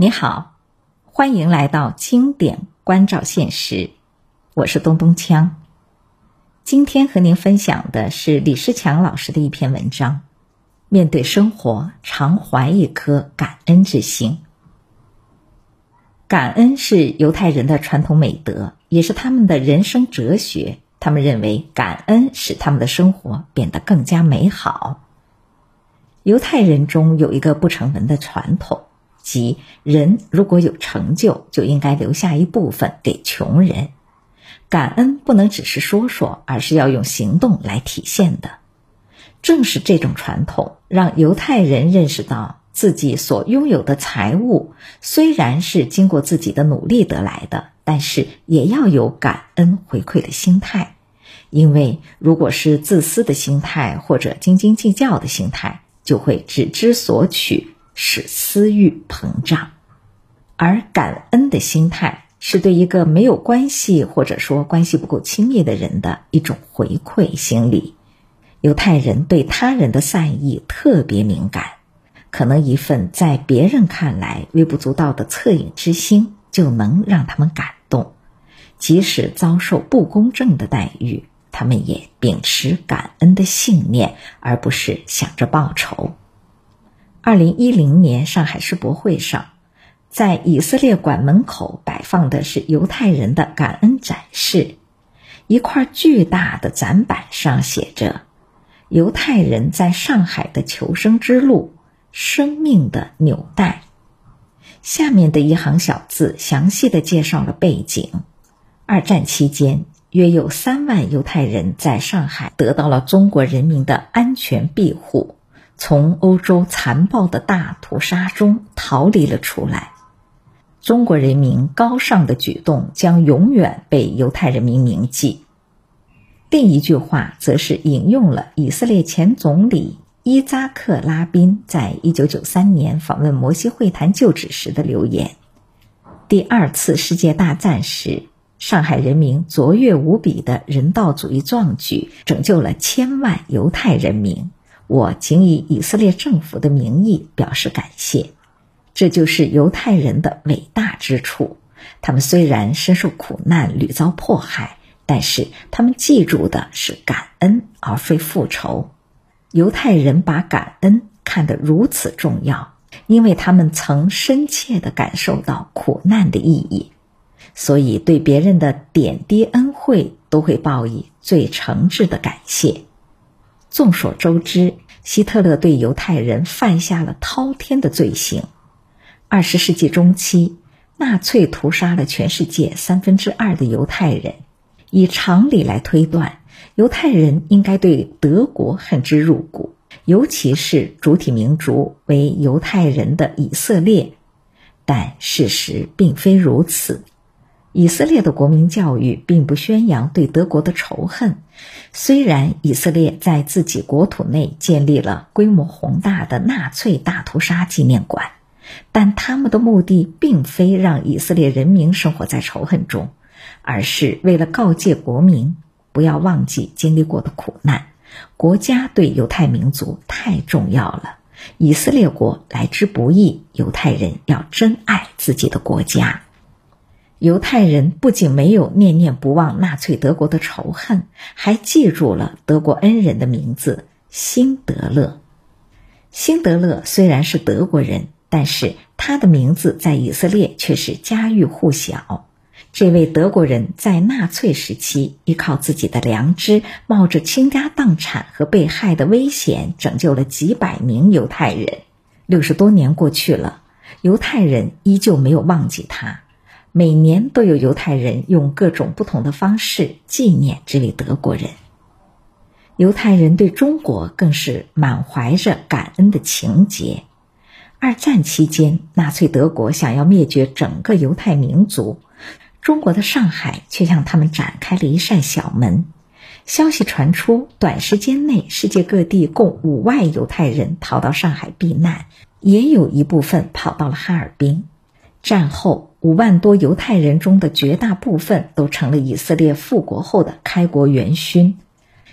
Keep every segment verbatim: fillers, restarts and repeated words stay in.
你好，欢迎来到经典关照现实，我是东东锵。今天和您分享的是李世强老师的一篇文章，面对生活，常怀一颗感恩之心。感恩是犹太人的传统美德，也是他们的人生哲学。他们认为感恩使他们的生活变得更加美好。犹太人中有一个不成文的传统，即人如果有成就，就应该留下一部分给穷人。感恩不能只是说说，而是要用行动来体现的。正是这种传统，让犹太人认识到自己所拥有的财物虽然是经过自己的努力得来的，但是也要有感恩回馈的心态。因为如果是自私的心态或者斤斤计较的心态，就会只知索取，使私欲膨胀。而感恩的心态是对一个没有关系或者说关系不够亲密的人的一种回馈心理。犹太人对他人的善意特别敏感，可能一份在别人看来微不足道的恻隐之心就能让他们感动。即使遭受不公正的待遇，他们也秉持感恩的信念，而不是想着报仇。二零一零年上海世博会上，在以色列馆门口摆放的是犹太人的感恩展示。一块巨大的展板上写着犹太人在上海的求生之路，生命的纽带。下面的一行小字详细地介绍了背景。二战期间，约有三万犹太人在上海得到了中国人民的安全庇护，从欧洲残暴的大屠杀中逃离了出来。中国人民高尚的举动将永远被犹太人民铭记。另一句话则是引用了以色列前总理伊扎克·拉宾在一九九三年访问摩西会谈就职时的留言。第二次世界大战时，上海人民卓越无比的人道主义壮举拯救了千万犹太人民，我仅以以色列政府的名义表示感谢。这就是犹太人的伟大之处，他们虽然深受苦难，屡遭迫害，但是他们记住的是感恩而非复仇。犹太人把感恩看得如此重要，因为他们曾深切地感受到苦难的意义，所以对别人的点滴恩惠都会报以最诚挚的感谢。众所周知，希特勒对犹太人犯下了滔天的罪行。二十世纪中期，纳粹屠杀了全世界三分之二的犹太人。以常理来推断，犹太人应该对德国恨之入骨，尤其是主体民族为犹太人的以色列。但事实并非如此。以色列的国民教育并不宣扬对德国的仇恨，虽然以色列在自己国土内建立了规模宏大的纳粹大屠杀纪念馆，但他们的目的并非让以色列人民生活在仇恨中，而是为了告诫国民不要忘记经历过的苦难。国家对犹太民族太重要了，以色列国来之不易，犹太人要珍爱自己的国家。犹太人不仅没有念念不忘纳粹德国的仇恨，还记住了德国恩人的名字辛德勒。辛德勒虽然是德国人，但是他的名字在以色列却是家喻户晓。这位德国人在纳粹时期依靠自己的良知，冒着倾家荡产和被害的危险，拯救了几百名犹太人。六十多年过去了，犹太人依旧没有忘记他。每年都有犹太人用各种不同的方式纪念这位德国人。犹太人对中国更是满怀着感恩的情结。二战期间，纳粹德国想要灭绝整个犹太民族，中国的上海却向他们展开了一扇小门。消息传出，短时间内世界各地共五万犹太人逃到上海避难，也有一部分跑到了哈尔滨。战后，五万多犹太人中的绝大部分都成了以色列复国后的开国元勋。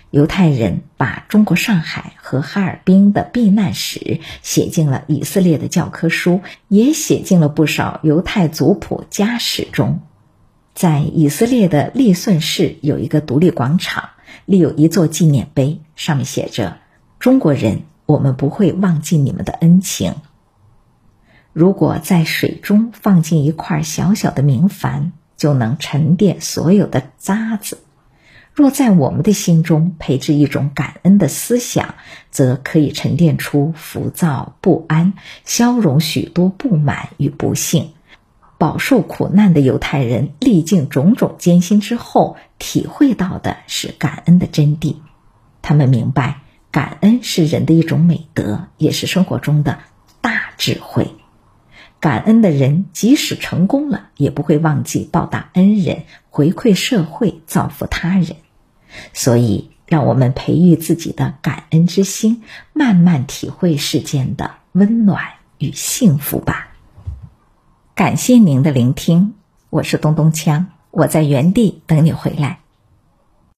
犹太人把中国上海和哈尔滨的避难史写进了以色列的教科书，也写进了不少犹太族谱家史中。在以色列的利顺市有一个独立广场，立有一座纪念碑，上面写着：中国人，我们不会忘记你们的恩情。如果在水中放进一块小小的明矾，就能沉淀所有的渣子。若在我们的心中培植一种感恩的思想，则可以沉淀出浮躁不安，消融许多不满与不幸。饱受苦难的犹太人历尽种种艰辛之后，体会到的是感恩的真谛。他们明白，感恩是人的一种美德，也是生活中的大智慧。感恩的人即使成功了，也不会忘记报答恩人，回馈社会，造福他人。所以让我们培育自己的感恩之心，慢慢体会世间的温暖与幸福吧。感谢您的聆听，我是东东锵，我在原地等你回来。